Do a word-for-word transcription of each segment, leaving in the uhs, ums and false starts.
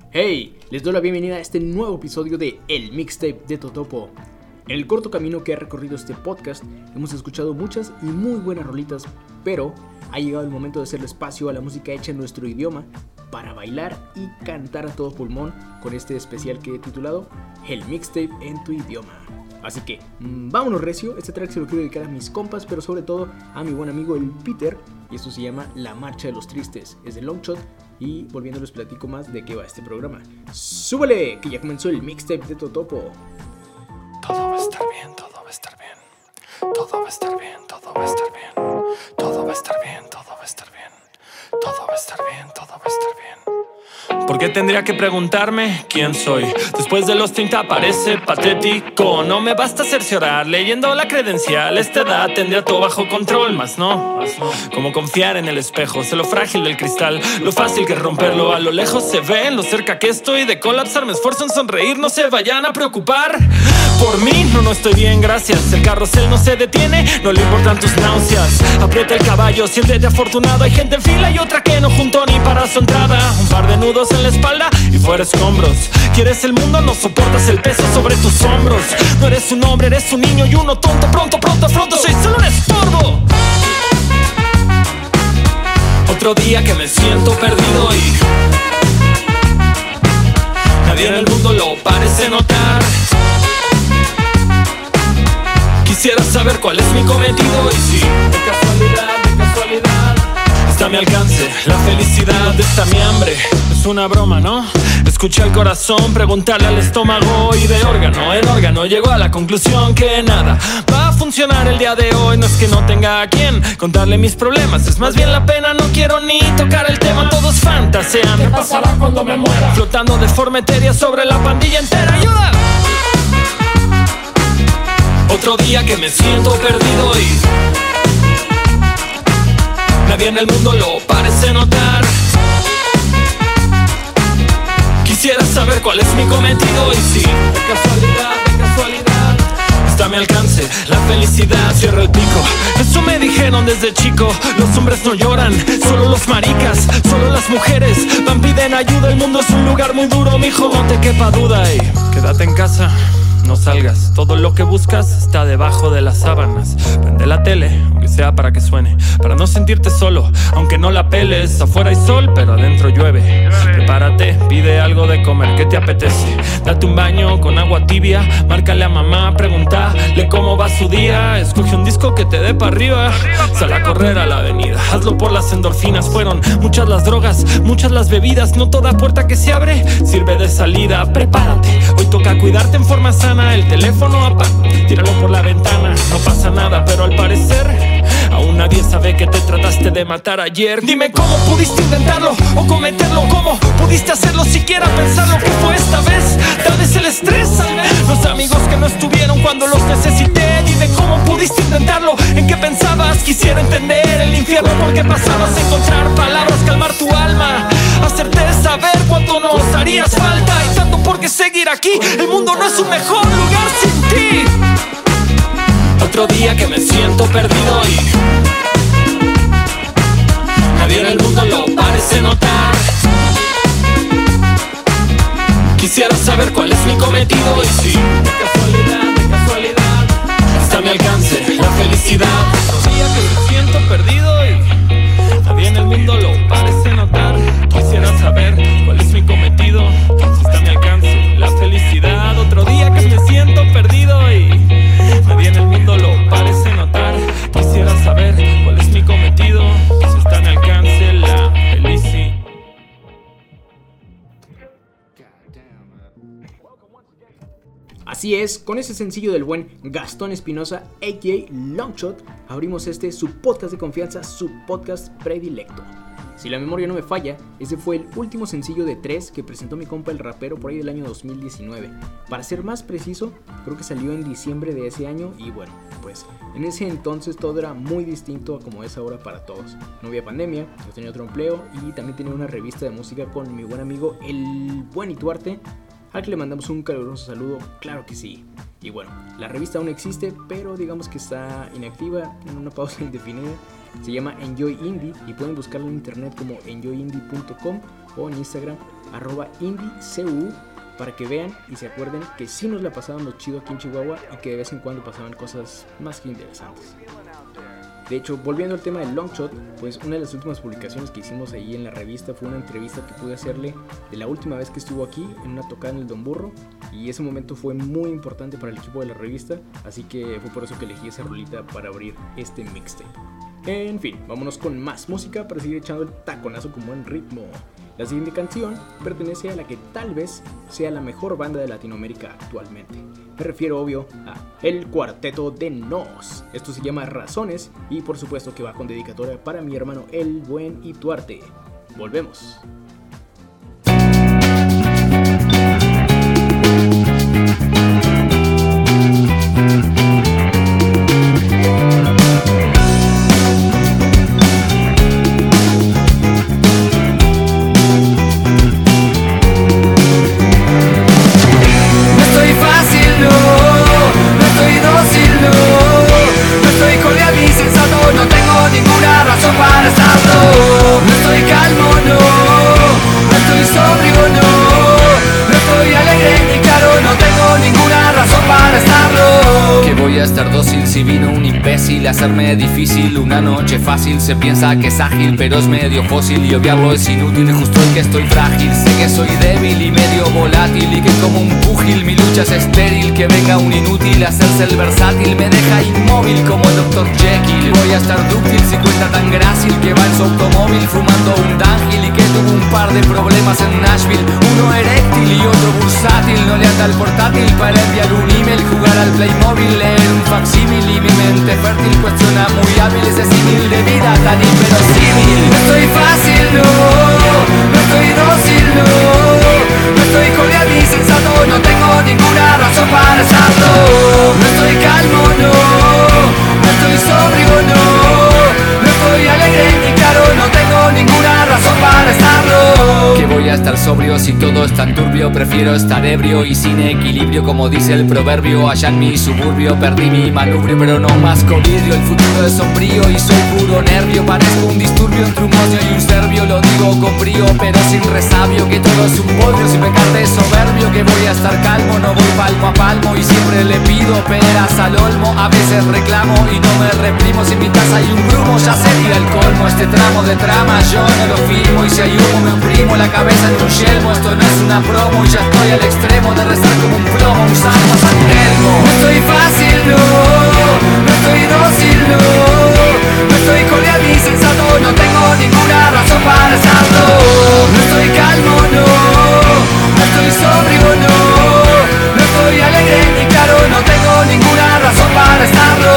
Hey, les doy la bienvenida a este nuevo episodio de El Mixtape de Totopo. En el corto camino que ha recorrido este podcast, hemos escuchado muchas y muy buenas rolitas, pero ha llegado el momento de hacerle espacio a la música hecha en nuestro idioma para bailar y cantar a todo pulmón con este especial que he titulado El Mixtape en tu idioma. Así que, mmm, vámonos recio. Este track se lo quiero dedicar a mis compas, pero sobre todo a mi buen amigo el Peter, y esto se llama La Marcha de los Tristes. Es de Longshot. Y volviendo les platico más de qué va este programa. ¡Súbele! Que ya comenzó el mixtape de Totopo. Todo va a estar bien, todo va a estar bien. Todo va a estar bien, todo va a estar bien. Todo va a estar bien, todo va a estar bien. Todo va a estar bien, todo va a estar bien. ¿Por qué tendría que preguntarme quién soy? Después de los treinta parece patético. No me basta cerciorar leyendo la credencial. Esta edad tendría todo bajo control, más no, como confiar en el espejo. Sé lo frágil del cristal, lo fácil que es romperlo. A lo lejos se ve, lo cerca que estoy de colapsar. Me esfuerzo en sonreír, no se vayan a preocupar por mí, no, no estoy bien, gracias. El carrusel no se detiene, no le importan tus náuseas. Aprieta el caballo, siéntete afortunado. Hay gente en fila y otra que no juntó ni para su entrada. Un par de nudos en la espalda y fuera escombros. Quieres el mundo, no soportas el peso sobre tus hombros. No eres un hombre, eres un niño y uno tonto. Pronto, pronto, pronto, soy solo un estorbo. Otro día que me siento perdido y nadie en el mundo lo parece notar. Quisiera saber cuál es mi cometido y si de casualidad, de casualidad está a mi alcance la felicidad. Está mi hambre, es una broma, ¿no? Escuché al corazón preguntarle al estómago y de órgano en órgano llegó a la conclusión que nada va a funcionar el día de hoy. No es que no tenga a quien contarle mis problemas, es más bien la pena, no quiero ni tocar el tema. Todos fantasean, ¿qué pasará cuando me muera? Flotando de forma etérea sobre la pandilla entera. ¡Ayuda! Otro día que me siento perdido y nadie en el mundo lo parece notar. Quisiera saber cuál es mi cometido y si de casualidad, de casualidad está a mi alcance la felicidad. Cierra el pico, eso me dijeron desde chico. Los hombres no lloran, solo los maricas. Solo las mujeres van, piden ayuda. El mundo es un lugar muy duro, mijo, no te quepa duda. Y quédate en casa, no salgas, todo lo que buscas está debajo de las sábanas. Prende la tele, aunque sea para que suene, para no sentirte solo, aunque no la peles. Afuera hay sol, pero adentro llueve. Prepárate, pide algo de comer, ¿qué te apetece? Date un baño con agua tibia, márcale a mamá, pregúntale cómo va su día. Escoge un disco que te dé para arriba, sal a correr a la avenida, hazlo por las endorfinas. Fueron muchas las drogas, muchas las bebidas, no toda puerta que se abre sirve de salida. Prepárate, hoy toca cuidarte en forma sana. El teléfono apaga, tíralo por la ventana. No pasa nada, pero al parecer aún nadie sabe que te trataste de matar ayer. Dime cómo pudiste intentarlo o cometerlo. ¿Cómo pudiste hacerlo, siquiera pensar lo que fue esta vez? Tal vez el estrés, los amigos que no estuvieron cuando los necesité. Dime cómo pudiste intentarlo, en qué pensabas. Quisiera entender el infierno por qué pasabas. Encontrar palabras, calmar tu alma, hacerte saber cuánto nos harías falta. Y tanto por qué seguir aquí, el mundo no es un mejor lugar sin ti. Otro día que me siento perdido y nadie en el mundo lo parece notar. Quisiera saber cuál es mi cometido y si de casualidad, de casualidad está a mi alcance la felicidad. Otro día que me siento perdido y nadie en el mundo lo parece notar. Quisiera saber cuál es mi cometido, si está a mi alcance la felicidad. Otro día que me siento perdido y nadie en el mundo lo parece notar. Quisiera saber cuál es mi cometido, si está a mi alcance la felicidad. Así es, con ese sencillo del buen Gastón Espinosa, a k a. Longshot, abrimos este su podcast de confianza, su podcast predilecto. Si la memoria no me falla, ese fue el último sencillo de tres que presentó mi compa el rapero por ahí del año dos mil diecinueve. Para ser más preciso, creo que salió en diciembre de ese año y bueno, pues en ese entonces todo era muy distinto a como es ahora para todos. No había pandemia, yo tenía otro empleo y también tenía una revista de música con mi buen amigo el buen Ituarte, al que le mandamos un caluroso saludo, claro que sí. Y bueno, la revista aún existe, pero digamos que está inactiva, en una pausa indefinida. Se llama Enjoy Indie y pueden buscarlo en internet como enjoy indie punto com o en Instagram arroba indiecu, para que vean y se acuerden que sí nos la pasábamos chido aquí en Chihuahua y que de vez en cuando pasaban cosas más que interesantes. De hecho, volviendo al tema del Longshot, pues una de las últimas publicaciones que hicimos ahí en la revista fue una entrevista que pude hacerle de la última vez que estuvo aquí en una tocada en el Don Burro, y ese momento fue muy importante para el equipo de la revista, así que fue por eso que elegí esa rolita para abrir este mixtape. En fin, vámonos con más música para seguir echando el taconazo con buen ritmo. La siguiente canción pertenece a la que tal vez sea la mejor banda de Latinoamérica actualmente. Me refiero, obvio, a El Cuarteto de Nos. Esto se llama Razones y por supuesto que va con dedicatoria para mi hermano El Buen Ituarte. Volvemos. Hacerme difícil, una noche fácil. Se piensa que es ágil, pero es medio fósil. Y obviarlo es inútil, justo el que estoy frágil. Sé que soy débil y medio volátil, y que como un púgil mi lucha es estéril. Que venga un inútil a hacerse el versátil me deja inmóvil como el doctor Jekyll. Voy a estar dúctil si cuenta tan grácil, que va en su automóvil fumando un Dángil, y que tuvo un par de problemas en Nashville, uno eréctil y otro bursátil. No le anda el portátil para enviar un email, jugar al Playmobil, leer un facsímil, y mi mente fértil cuestiona muy hábil ese símil de vida tan inverosímil. No estoy fácil, no, no estoy dócil, no, no estoy cordial ni sensato, no tengo ninguna razón para estarlo. No estoy calmo, no, no estoy sobrio, no, no estoy alegre ni claro, no tengo ninguna razón para estarlo. Que voy a estar sobrio si todo es tan turbio, prefiero estar ebrio y sin equilibrio, como dice el proverbio. Allá en mi suburbio perdí mi manubrio, pero no más vidrio. El futuro es sombrío y soy puro nervio. Parezco un disturbio entre un bosnio y un serbio. Lo digo con brío pero sin resabio, que todo es un bodrio sin pecar de soberbio. Que voy a estar calmo, no voy palmo a palmo, y siempre le pido peras al olmo. A veces reclamo y no me reprimo. Si en mi casa hay un brumo ya sería el colmo. Este tramo de trama yo no lo firmo, y si hay humo me oprimo la cabeza en un yelmo. Esto no es una promo y ya estoy al extremo de rezar como un plomo usando a San Telmo. No estoy fácil, no, no estoy dócil, no, no estoy cordial ni sensato, no tengo ninguna razón para estarlo. No estoy calmo, no, no estoy sobrio, no, no estoy alegre ni claro, no tengo ninguna razón para estarlo.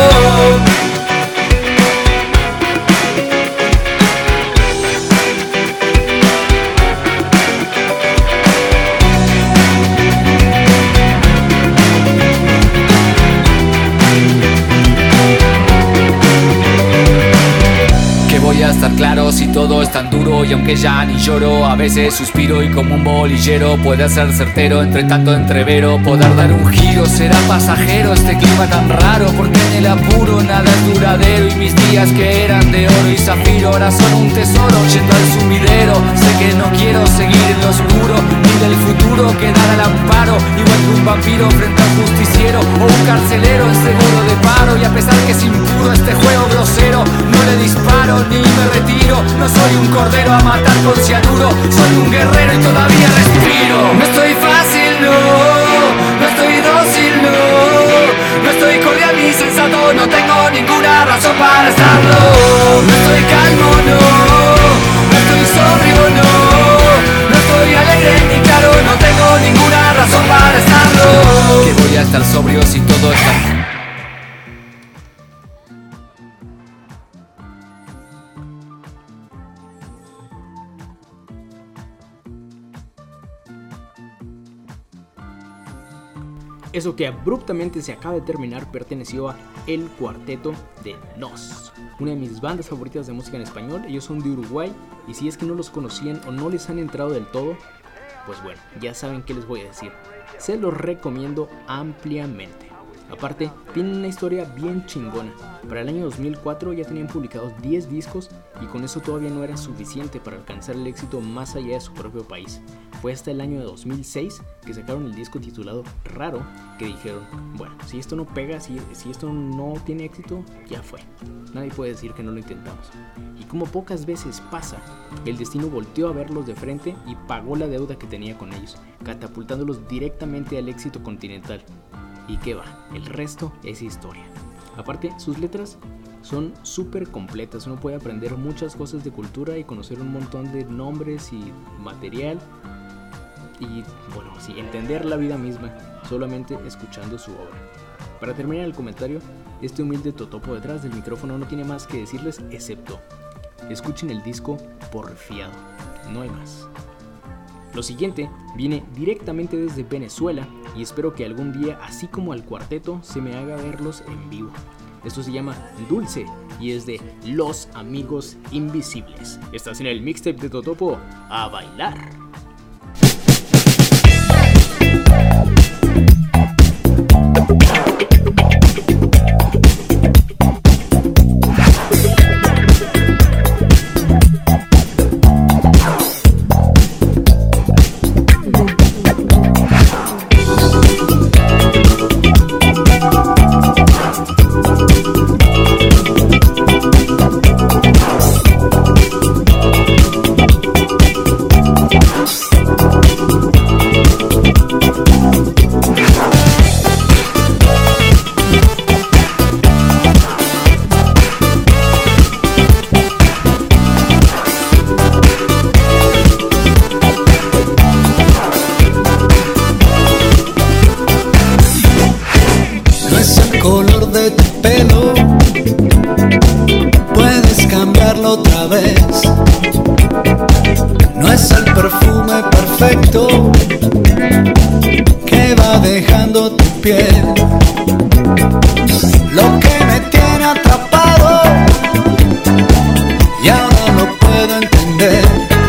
Estar claro si todo es tan duro, y aunque ya ni lloro, a veces suspiro y como un bolillero puede ser certero, entre tanto entrevero, poder dar un giro. Será pasajero este clima tan raro, porque en el apuro nada es duradero, y mis días que eran de oro y zafiro ahora son un tesoro yendo al sumidero. Sé que no quiero seguir en lo oscuro, ni del futuro quedar al amparo, igual que un vampiro frente a un justiciero o un carcelero en seguro de paro. Y a pesar que es impuro este juego grosero, no le disparo ni me retiro. No soy un cordero a matar con cianuro, soy un guerrero y todavía respiro. No estoy fácil, no, no estoy dócil, no, no estoy cordial ni sensato, no tengo ninguna razón para estarlo. No estoy calmo, no, no estoy sobrio, no, no estoy alegre ni claro, no tengo ninguna razón para estarlo. Que voy a estar sobrio si todo está... Eso que abruptamente se acaba de terminar perteneció a El Cuarteto de Nos, una de mis bandas favoritas de música en español. Ellos son de Uruguay, y si es que no los conocían o no les han entrado del todo, pues bueno, ya saben qué les voy a decir. Se los recomiendo ampliamente. Aparte, tienen una historia bien chingona. Para el año dos mil cuatro ya tenían publicados diez discos y con eso todavía no era suficiente para alcanzar el éxito más allá de su propio país. Fue hasta el año de dos mil seis que sacaron el disco titulado Raro, que dijeron, bueno, si esto no pega, si, si esto no tiene éxito, ya fue. Nadie puede decir que no lo intentamos. Y como pocas veces pasa, el destino volteó a verlos de frente y pagó la deuda que tenía con ellos, catapultándolos directamente al éxito continental. ¿Y qué va? El resto es historia. Aparte, sus letras son súper completas. Uno puede aprender muchas cosas de cultura y conocer un montón de nombres y material. Y bueno, sí, entender la vida misma solamente escuchando su obra. Para terminar el comentario, este humilde totopo detrás del micrófono no tiene más que decirles excepto: escuchen el disco Porfiado. No hay más. Lo siguiente viene directamente desde Venezuela y espero que algún día, así como al cuarteto, se me haga verlos en vivo. Esto se llama Dulce y es de Los Amigos Invisibles. Estás en el mixtape de Totopo, a bailar. Otra vez, no es el perfume perfecto que va dejando tu piel. Lo que me tiene atrapado y ahora no puedo entender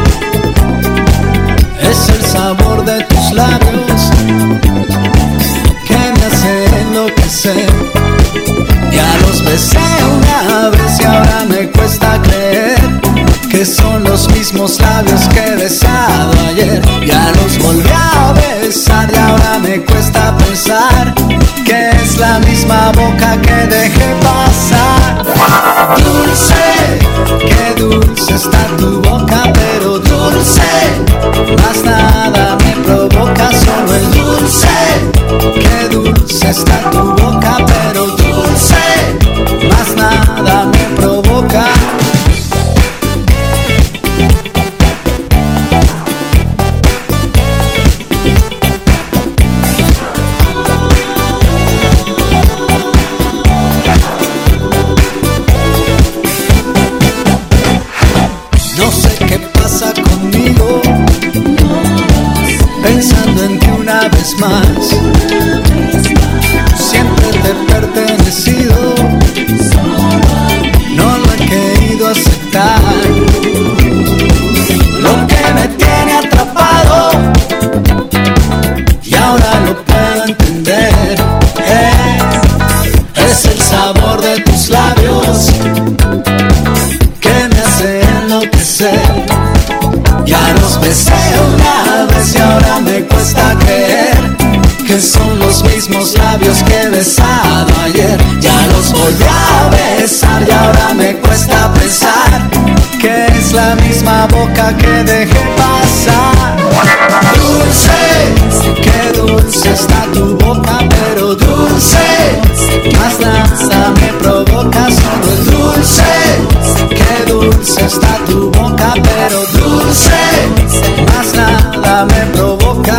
es el sabor de tus labios que me hace enloquecer. Ya los besé una vez y ahora me cuesta creer que son los mismos labios que he besado ayer. Ya los volví a besar y ahora me cuesta pensar que es la misma boca que dejé pasar. Dulce, qué dulce está tu boca, pero dulce, más nada me provoca, solo el dulce. Qué dulce está tu boca, pero dulce, más nada me provoca. No sé qué pasa conmigo, pensando en ti una vez más. Siempre te he pertenecido, no lo he querido aceptar. Lo que me tiene atrapado y ahora lo puedo entender eh, es el sabor de tus labios que me hace enloquecer. Ya los besé una vez y ahora me cuesta creer que son los mismos labios que he besado ayer. Ya los volví a besar y ahora me cuesta pensar que es la misma boca que dejé pasar. Dulce, qué dulce está tu boca, pero dulce, más nada me provoca, solo el dulce. Qué dulce está tu boca, pero dulce, más nada me provoca.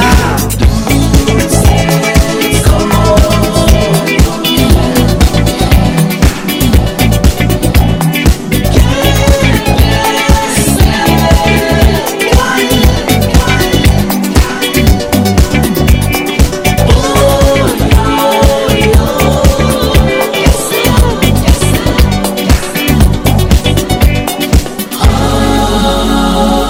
Oh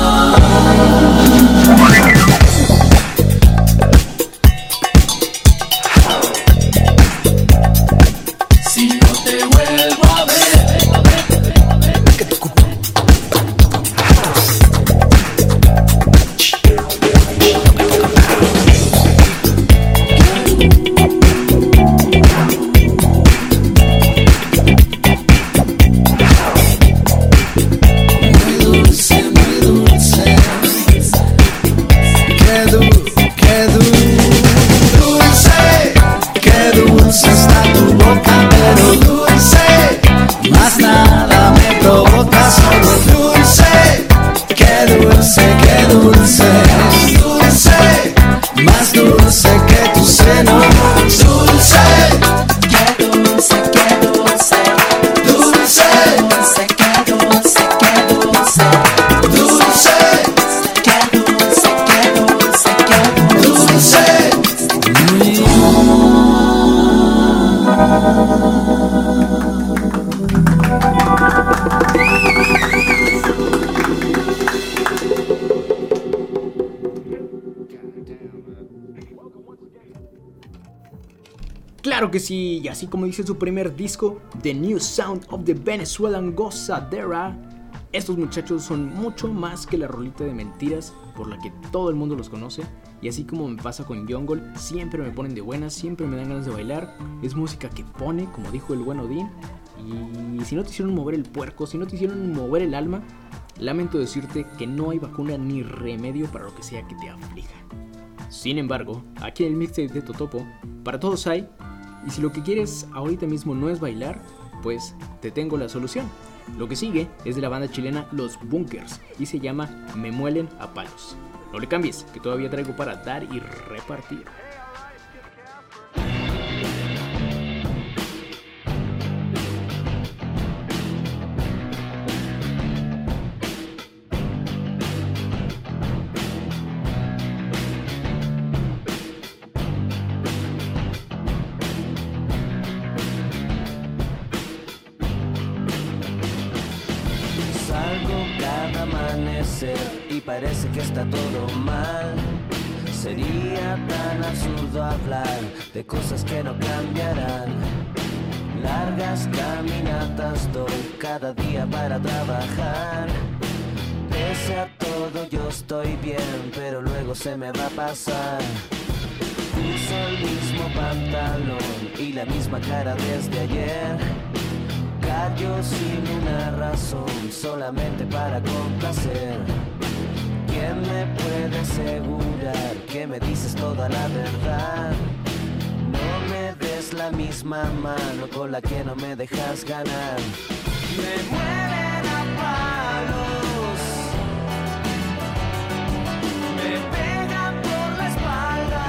no te vuelvo a ver. Claro que sí, y así como dice su primer disco, The New Sound of the Venezuelan Gozadera, estos muchachos son mucho más que la rolita de mentiras por la que todo el mundo los conoce. Y así como me pasa con Jungle, siempre me ponen de buenas, siempre me dan ganas de bailar. Es música que pone, como dijo el buen Odín. Y si no te hicieron mover el puerco, si no te hicieron mover el alma, lamento decirte que no hay vacuna ni remedio para lo que sea que te aflija. Sin embargo, aquí en el mixtape de Totopo, para todos hay. Y si lo que quieres ahorita mismo no es bailar, pues te tengo la solución. Lo que sigue es de la banda chilena Los Bunkers y se llama Me Muelen a Palos. No le cambies, que todavía traigo para dar y repartir. Y parece que está todo mal. Sería tan absurdo hablar de cosas que no cambiarán. Largas caminatas doy cada día para trabajar. Pese a todo yo estoy bien, pero luego se me va a pasar. Uso el mismo pantalón y la misma cara desde ayer. Callo sin una razón, solamente para complacer. ¿Quién me puede asegurar que me dices toda la verdad? No me des la misma mano con la que no me dejas ganar. Me mueren a palos, me pegan por la espalda.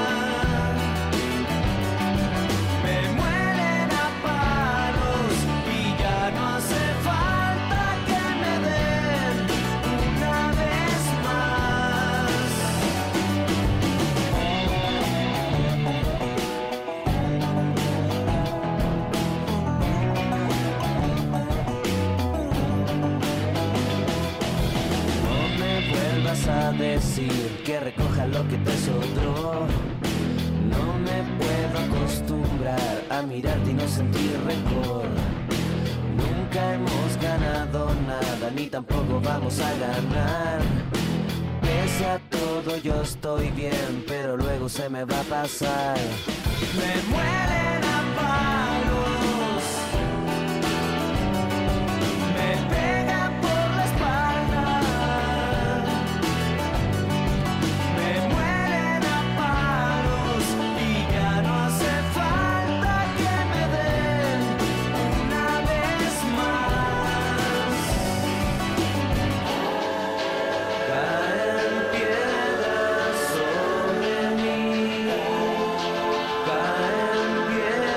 A decir que recoja lo que te sobró. No me puedo acostumbrar a mirarte y no sentir rencor. Nunca hemos ganado nada, ni tampoco vamos a ganar. Pese a todo yo estoy bien, pero luego se me va a pasar. Me mueren a palos, me pegan por la espalda. Caen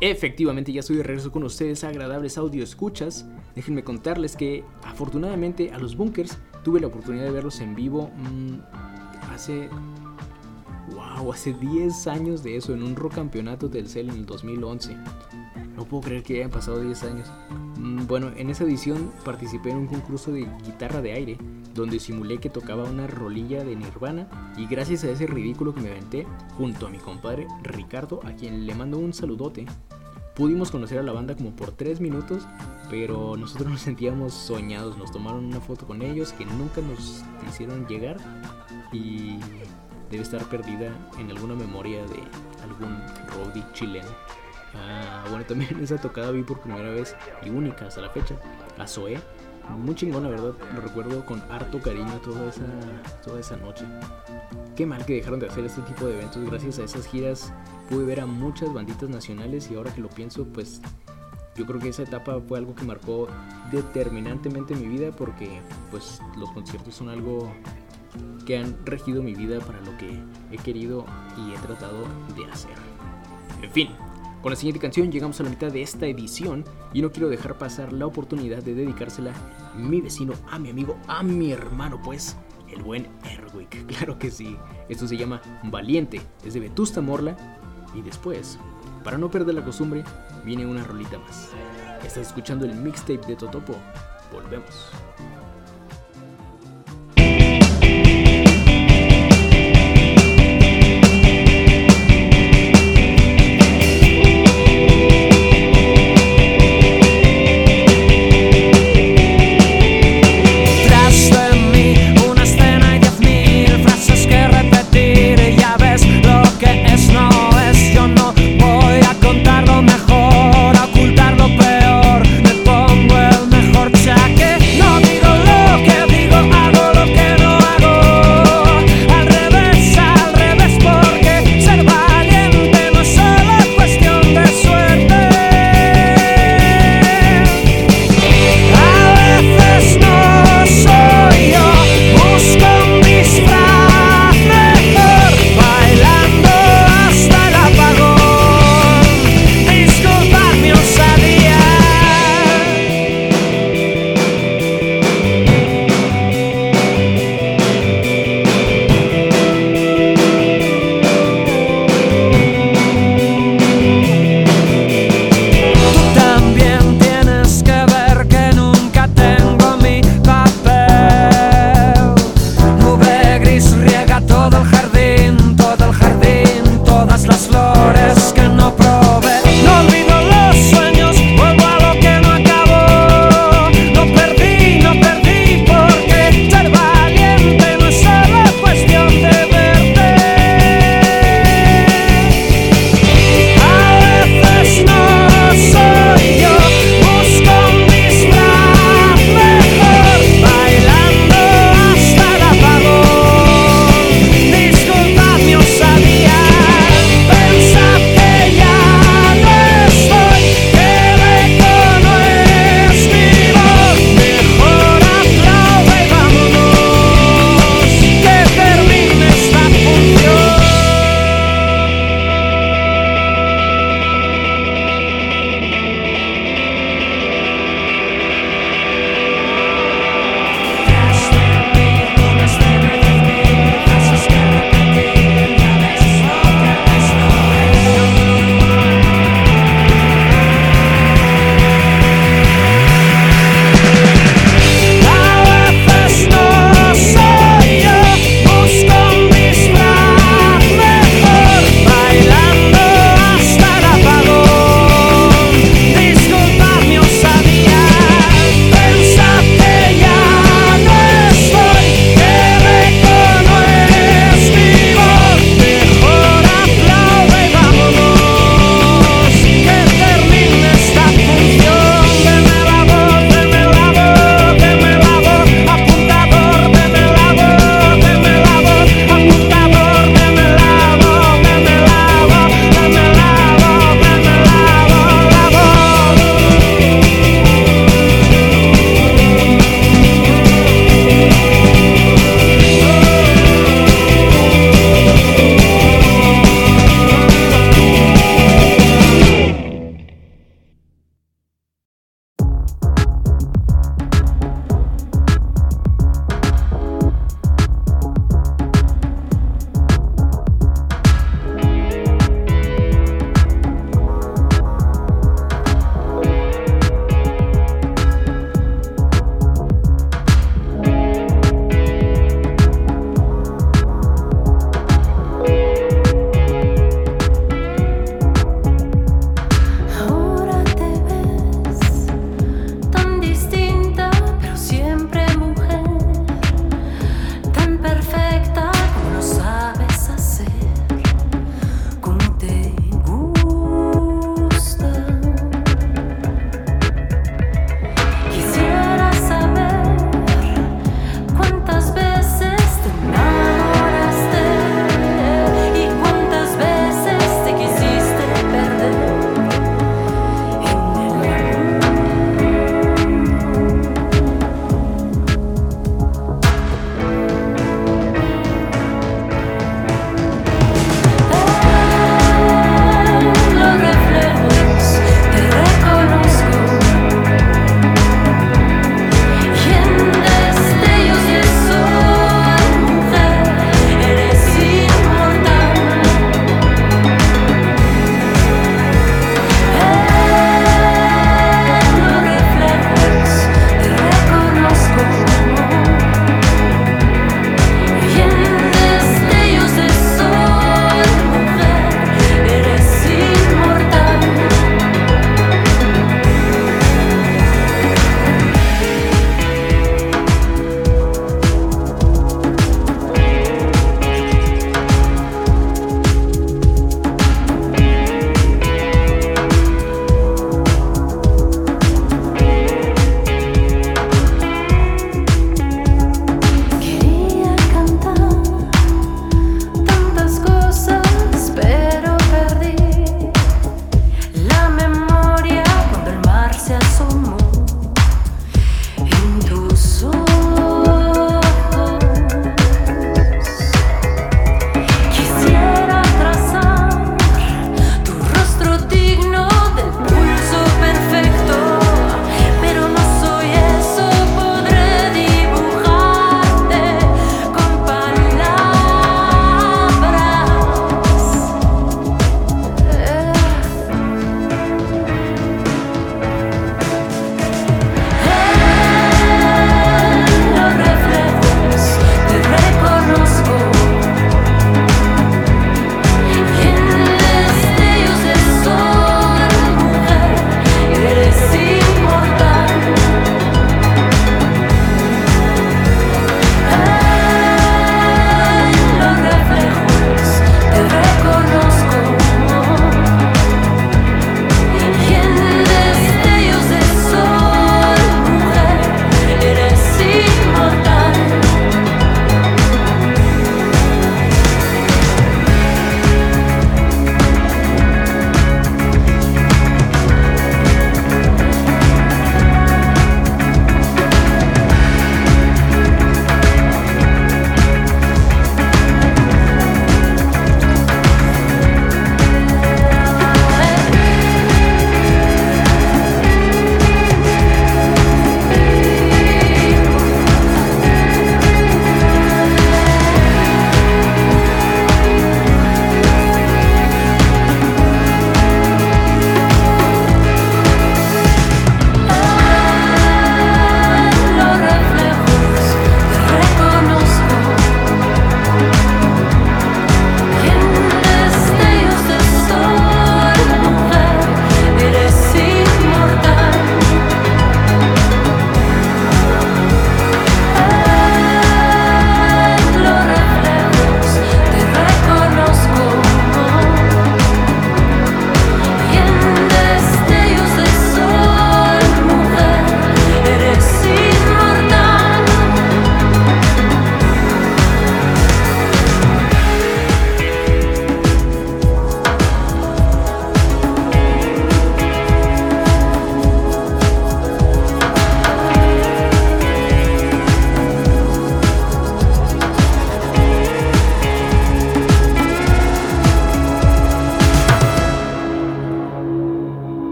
Efectivamente, ya estoy de regreso con ustedes, agradables audio escuchas. Déjenme contarles que afortunadamente a los Bunkers tuve la oportunidad de verlos en vivo mmm, hace... Wow, hace diez años de eso, en un rock campeonato del C E L en el dos mil once. No puedo creer que hayan pasado diez años. Mm, bueno, en esa edición participé en un concurso de guitarra de aire, donde simulé que tocaba una rolilla de Nirvana, y gracias a ese ridículo que me aventé, junto a mi compadre Ricardo, a quien le mando un saludote, pudimos conocer a la banda como por tres minutos, pero nosotros nos sentíamos soñados. Nos tomaron una foto con ellos que nunca nos hicieron llegar, y debe estar perdida en alguna memoria de algún roadie chileno. Ah, bueno, también esa tocada vi por primera vez y única hasta la fecha a Zoé. Muy chingón, la verdad. Lo recuerdo con harto cariño toda esa, toda esa noche. Qué mal que dejaron de hacer este tipo de eventos. Gracias a esas giras pude ver a muchas banditas nacionales, y ahora que lo pienso, pues yo creo que esa etapa fue algo que marcó determinantemente mi vida, porque pues los conciertos son algo que han regido mi vida para lo que he querido y he tratado de hacer. En fin, con la siguiente canción llegamos a la mitad de esta edición, y no quiero dejar pasar la oportunidad de dedicársela a mi vecino, a mi amigo, a mi hermano, pues, el buen Erwick. Claro que sí, esto se llama Valiente, es de Vetusta Morla, y después, para no perder la costumbre, viene una rolita más. Estás escuchando el mixtape de Totopo, volvemos. Mejor, ocultar lo peor, me pongo el mejor chaque. No digo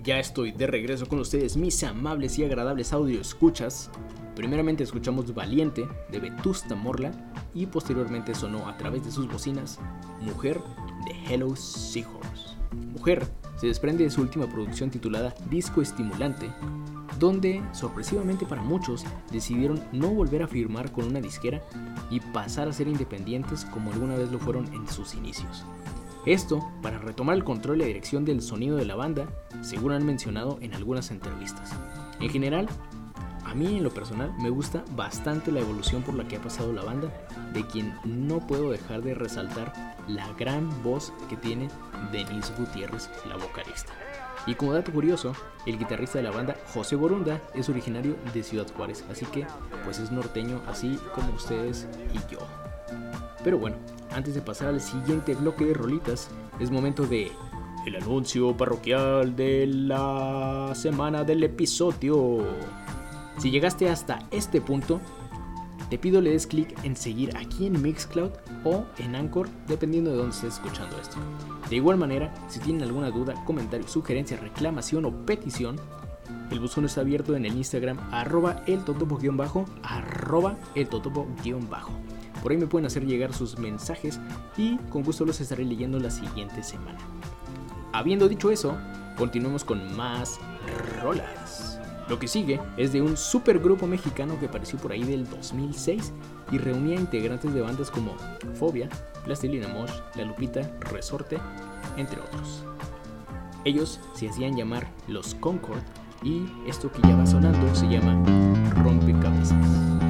ya estoy de regreso con ustedes, mis amables y agradables audio escuchas. Primeramente escuchamos Valiente de Vetusta Morla y posteriormente sonó a través de sus bocinas Mujer de Hello Seahorse. Mujer se desprende de su última producción titulada Disco Estimulante, donde sorpresivamente para muchos decidieron no volver a firmar con una disquera y pasar a ser independientes como alguna vez lo fueron en sus inicios. Esto para retomar el control y la dirección del sonido de la banda, según han mencionado en algunas entrevistas. En general, a mí en lo personal me gusta bastante la evolución por la que ha pasado la banda, de quien no puedo dejar de resaltar la gran voz que tiene Denise Gutiérrez, la vocalista. Y como dato curioso, el guitarrista de la banda, José Borunda, es originario de Ciudad Juárez, así que pues es norteño así como ustedes y yo. Pero bueno, antes de pasar al siguiente bloque de rolitas, es momento de el anuncio parroquial de la semana del episodio. Si llegaste hasta este punto, te pido le des clic en seguir aquí en Mixcloud o en Anchor, dependiendo de dónde estés escuchando esto. De igual manera, si tienen alguna duda, comentario, sugerencia, reclamación o petición, el buzón está abierto en el Instagram arroba eltotopo-bajo, arroba eltotopo-bajo. Por ahí me pueden hacer llegar sus mensajes y con gusto los estaré leyendo la siguiente semana. Habiendo dicho eso, continuemos con más rolas. Lo que sigue es de un supergrupo mexicano que apareció por ahí del dos mil seis y reunía integrantes de bandas como Fobia, Plastilina Mosh, La Lupita, Resorte, entre otros. Ellos se hacían llamar Los Concord y esto que ya va sonando se llama Rompecabezas.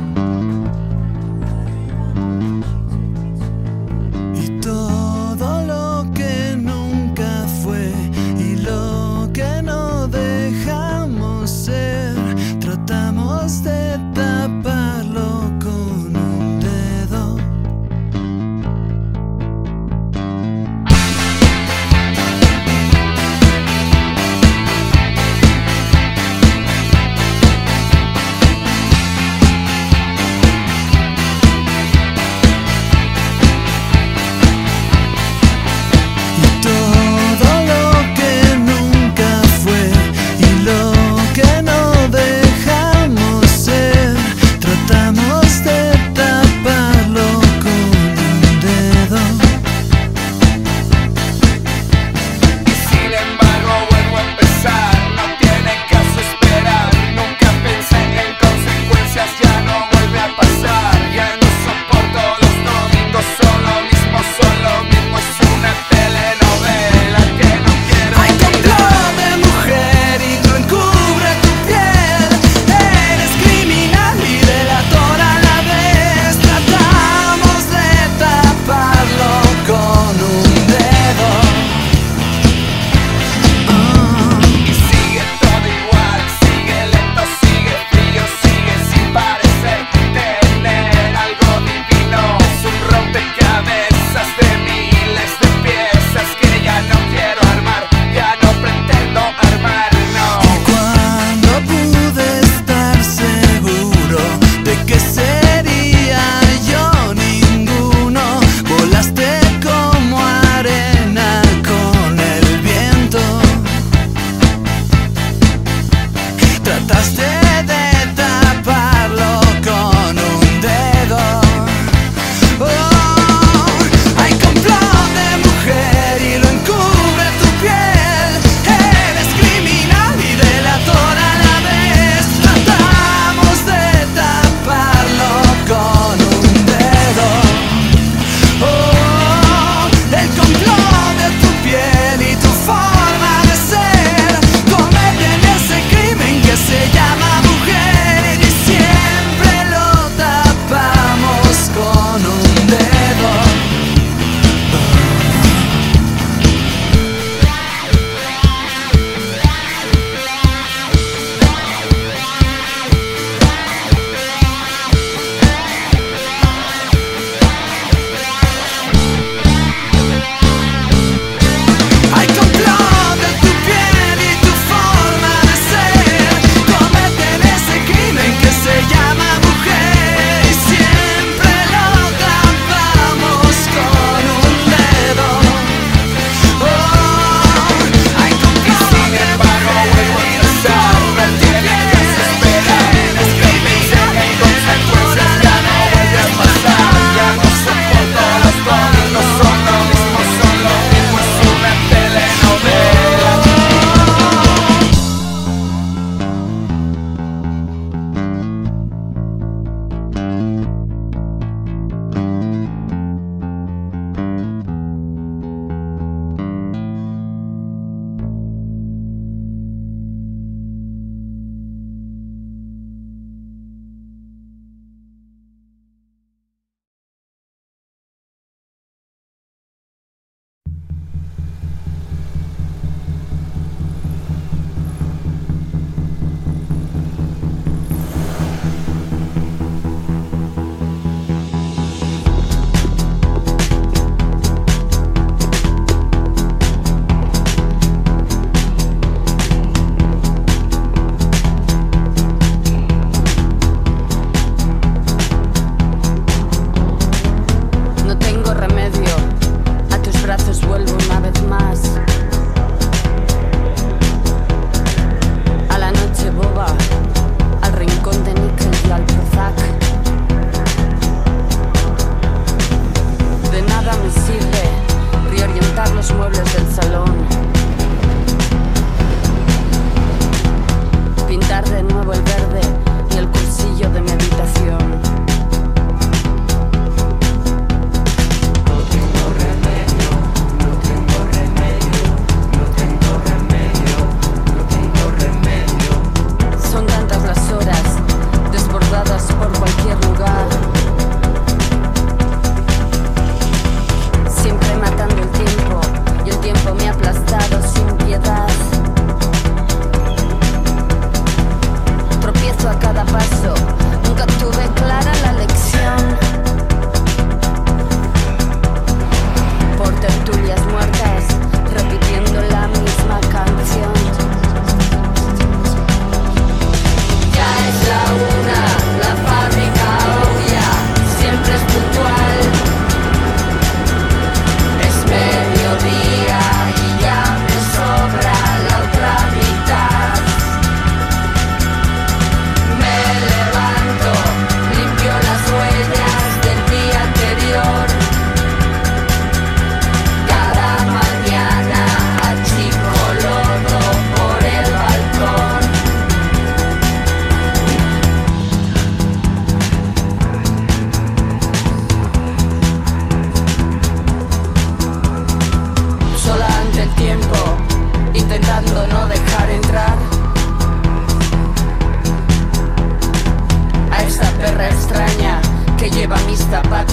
Y todo lo que nunca fue y lo que no dejamos ser, tratamos de taparlo con un dedo.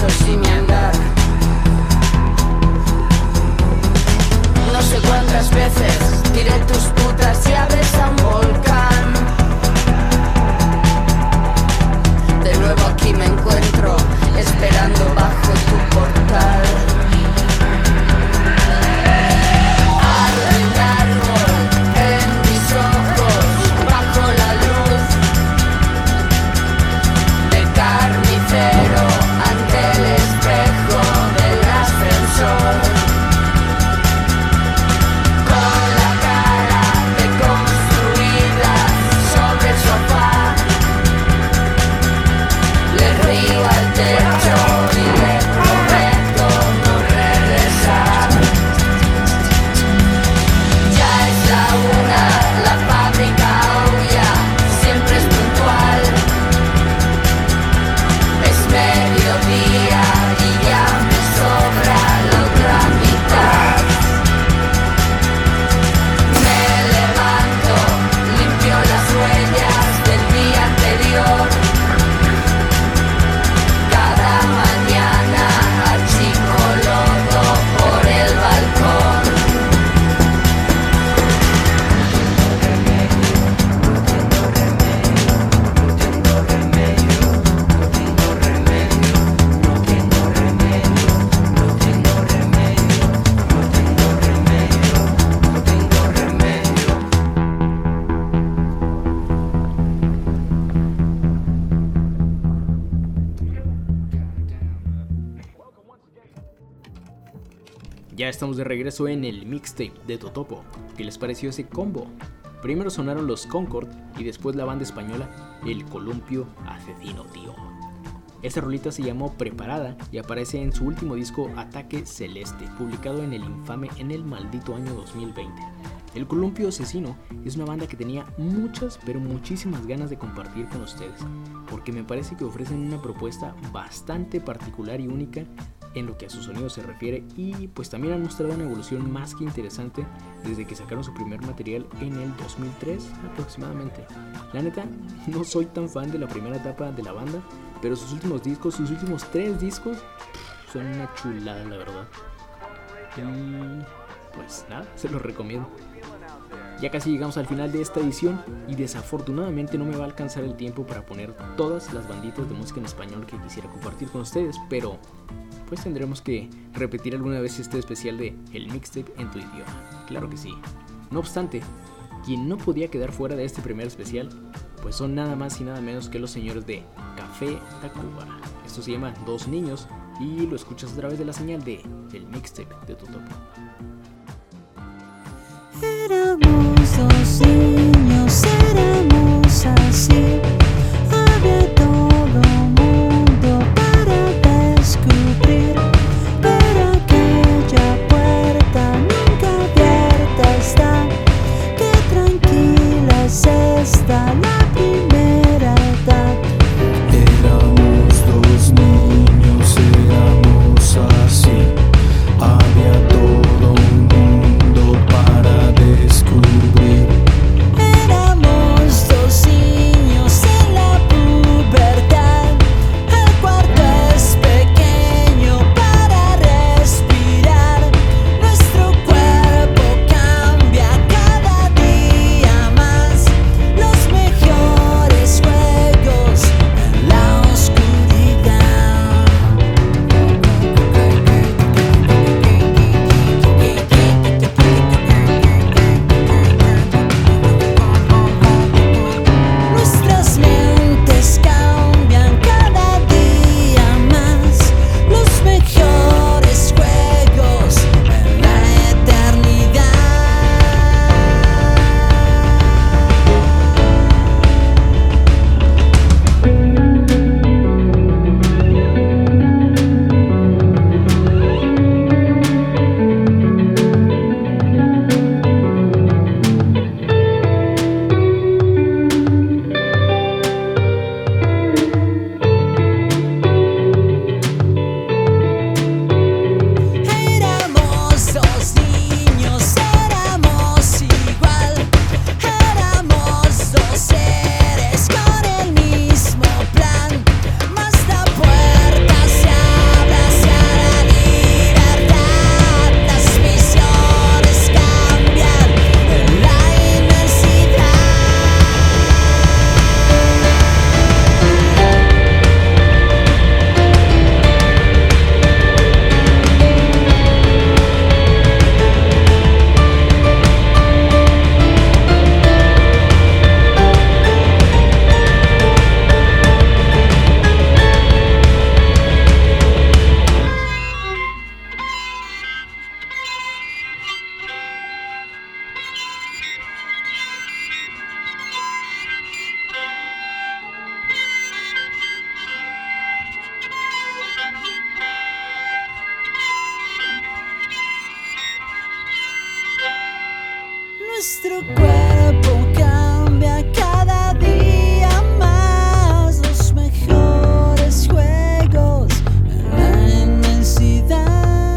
pasos y mi andar. No sé cuántas veces tiré tus putas llaves a un volcán. De nuevo aquí me encuentro, esperando bajo tu portal. Arde un árbol en mis ojos, bajo la luz de carnicero ante el espejo del ascensor. Con la cara deconstruida sobre el sofá, le río al techo y le prometo no regresar. Ya es la una, la fábrica aúlla, siempre es puntual. Es mediodía y ya me sobra la otra mitad. Me levanto, limpio las huellas del día anterior. Cada mañana achico lodo por el balcón. Ya estamos de regreso en el mixtape de Totopo. ¿Qué les pareció ese combo? Primero sonaron los Concord y después la banda española El Columpio Asesino, tío. Esta rolita se llamó Preparada y aparece en su último disco Ataque Celeste, publicado en el infame en el maldito año dos mil veinte. El Columpio Asesino es una banda que tenía muchas, pero muchísimas ganas de compartir con ustedes, porque me parece que ofrecen una propuesta bastante particular y única en lo que a su sonido se refiere, y pues también han mostrado una evolución más que interesante desde que sacaron su primer material en el dos mil tres aproximadamente. La neta, no soy tan fan de la primera etapa de la banda, pero sus últimos discos, sus últimos tres discos, pff, son una chulada, la verdad. Y pues nada, se los recomiendo. Ya casi llegamos al final de esta edición y desafortunadamente no me va a alcanzar el tiempo para poner todas las banditas de música en español que quisiera compartir con ustedes, pero pues tendremos que repetir alguna vez este especial de El Mixtape en tu idioma. Claro que sí. No obstante, quien no podía quedar fuera de este primer especial, pues son nada más y nada menos que los señores de Café Tacuba. Esto se llama Dos Niños y lo escuchas a través de la señal de El Mixtape de Totopo. Éramos dos niños, éramos así. Había todo mundo para descubrir, pero aquella puerta nunca abierta está. Qué tranquila es esta, la primera edad. Éramos dos niños, éramos así. Había todo un mundo para descubrir. Éramos dos niños, Nuestro cuerpo cambia cada día más. Los mejores juegos en la inmensidad.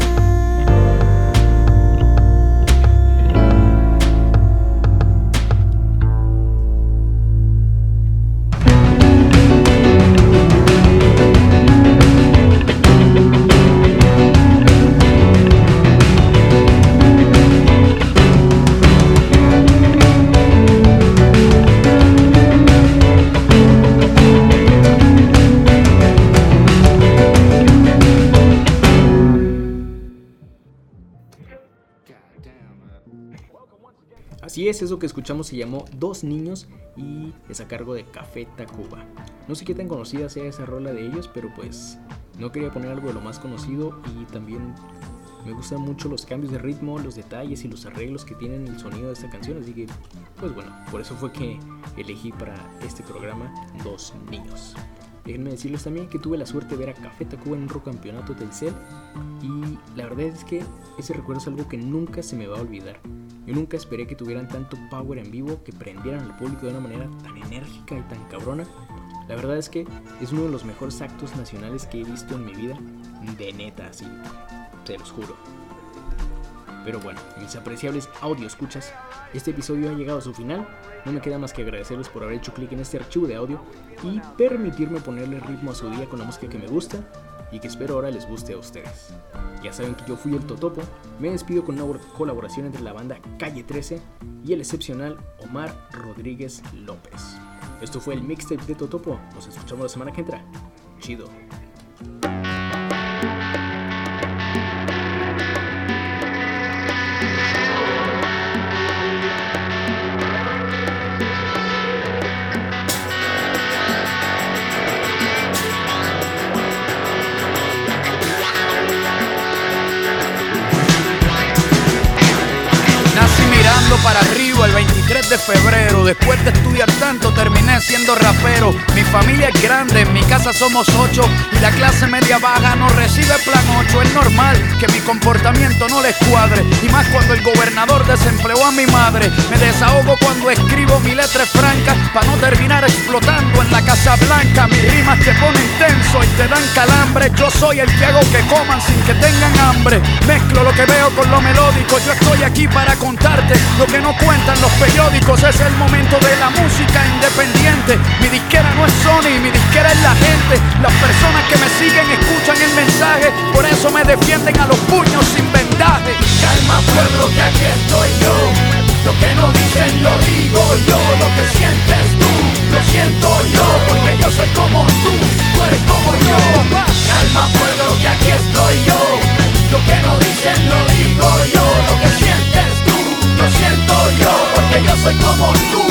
Así es, eso que escuchamos se llamó Dos Niños y es a cargo de Café Tacuba. No sé qué tan conocida sea esa rola de ellos, pero pues no quería poner algo de lo más conocido y también me gustan mucho los cambios de ritmo, los detalles y los arreglos que tienen el sonido de esta canción, así que pues bueno, por eso fue que elegí para este programa Dos Niños. Déjenme decirles también que tuve la suerte de ver a Café Tacuba en un Rocampeonato Telcel y la verdad es que ese recuerdo es algo que nunca se me va a olvidar. Yo nunca esperé que tuvieran tanto power en vivo, que prendieran al público de una manera tan enérgica y tan cabrona. La verdad es que es uno de los mejores actos nacionales que he visto en mi vida, de neta, así, se los juro. Pero bueno, mis apreciables audio escuchas, este episodio ha llegado a su final. No me queda más que agradecerles por haber hecho clic en este archivo de audio y permitirme ponerle ritmo a su día con la música que me gusta y que espero ahora les guste a ustedes. Ya saben que yo fui el Totopo, me despido con una colaboración entre la banda Calle trece y el excepcional Omar Rodríguez López. Esto fue el mixtape de Totopo, nos escuchamos la semana que entra. Chido. Para arriba el veintitrés de febrero. Después de estudiar tanto terminé siendo rapero. Mi familia es grande, en mi casa somos ocho y la clase media baja no recibe plan ocho. Es normal que mi comportamiento no les cuadre, y más cuando el gobernador desempleó a mi madre. Me desahogo cuando escribo mi letra franca, para no terminar explotando en la Casa Blanca. Mis rimas te ponen tenso y te dan calambre. Yo soy el que hago que coman sin que tengan hambre. Mezclo lo que veo con lo melódico. Yo estoy aquí para contarte lo que no cuentan los periódicos. Es el momento de la música independiente. Mi disquera no es Sony, mi disquera es la gente. Las personas que me siguen escuchan el mensaje, por eso me defienden a los puños sin vendaje. Calma pueblo, que aquí estoy yo. Lo que no dicen lo digo yo. Lo que sientes tú, lo siento yo. Porque yo soy como tú, tú eres como yo. Calma pueblo, que aquí estoy yo. Lo que no dicen lo digo yo. Lo que sientes tú, lo siento yo, porque yo soy como tú.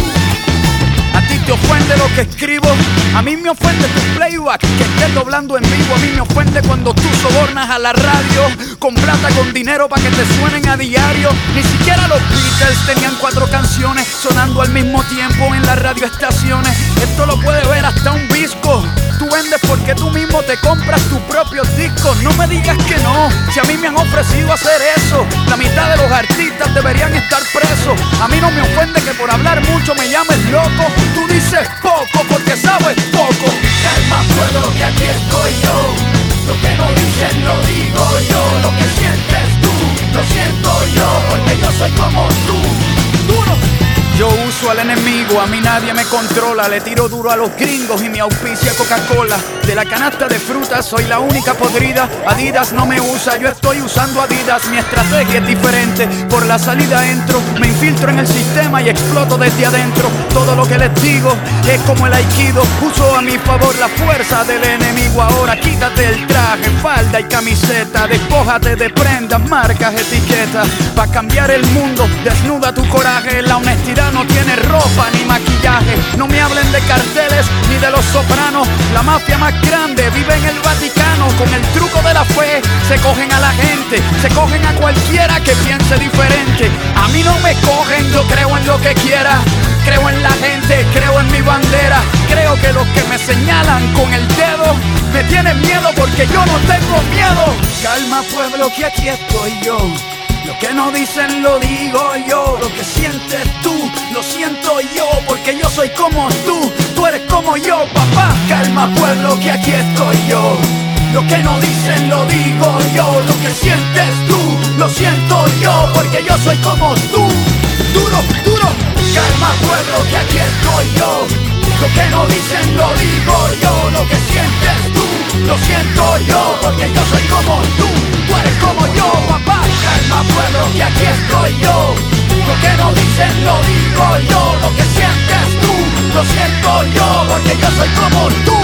A ti te ofende lo que escribo, a mí me ofende tu playback, que estés doblando en vivo. A mí me ofende cuando tú sobornas a la radio con plata, con dinero para que te suenen a diario. Ni siquiera los Beatles tenían cuatro canciones sonando al mismo tiempo en las radioestaciones. Esto lo puede ver hasta un visco. Tú vendes porque tú mismo te compras tus propios discos. No me digas que no, si a mí me han ofrecido hacer eso. La mitad de los artistas deberían estar presos. A mí no me ofende que por hablar mucho me llames loco. Tú dices poco porque sabes poco. Calma pueblo, que aquí estoy yo. Lo que no dicen lo digo yo. Lo que sientes tú, lo siento yo, porque yo soy como tú. Duro. Yo uso al enemigo, a mí nadie me controla. Le tiro duro a los gringos y me auspicia Coca-Cola. De la canasta de frutas soy la única podrida. Adidas no me usa, yo estoy usando Adidas. Mi estrategia es diferente, por la salida entro. Me infiltro en el sistema y exploto desde adentro. Todo lo que les digo es como el aikido. Uso a mi favor la fuerza del enemigo. Ahora quítate el traje, falda y camiseta. Despójate de prendas, marcas, etiquetas. Pa' cambiar el mundo, desnuda tu coraje. La honestidad no tiene ropa ni maquillaje. No me hablen de carteles ni de los sopranos. La mafia más grande vive en el Vaticano. Con el truco de la fe se cogen a la gente, se cogen a cualquiera que piense diferente. A mí no me cogen, yo creo en lo que quiera. Creo en la gente, creo en mi bandera. Creo que los que me señalan con el dedo me tienen miedo porque yo no tengo miedo. Calma pueblo, que aquí estoy yo. Lo que no dicen lo digo yo, lo que sientes tú, lo siento yo, porque yo soy como tú, tú eres como yo, papá. Calma pueblo que aquí estoy yo. Lo que no dicen lo digo yo, lo que sientes tú, lo siento yo, porque yo soy como tú. Duro, duro, calma pueblo que aquí estoy yo. Lo que no dicen lo digo yo, lo que sientes tú, lo siento yo, porque yo soy como tú, tú eres como yo, papá. Calma pueblo que aquí estoy yo. Lo que no dicen lo digo yo, lo que sientes tú, lo siento yo, porque yo soy como tú.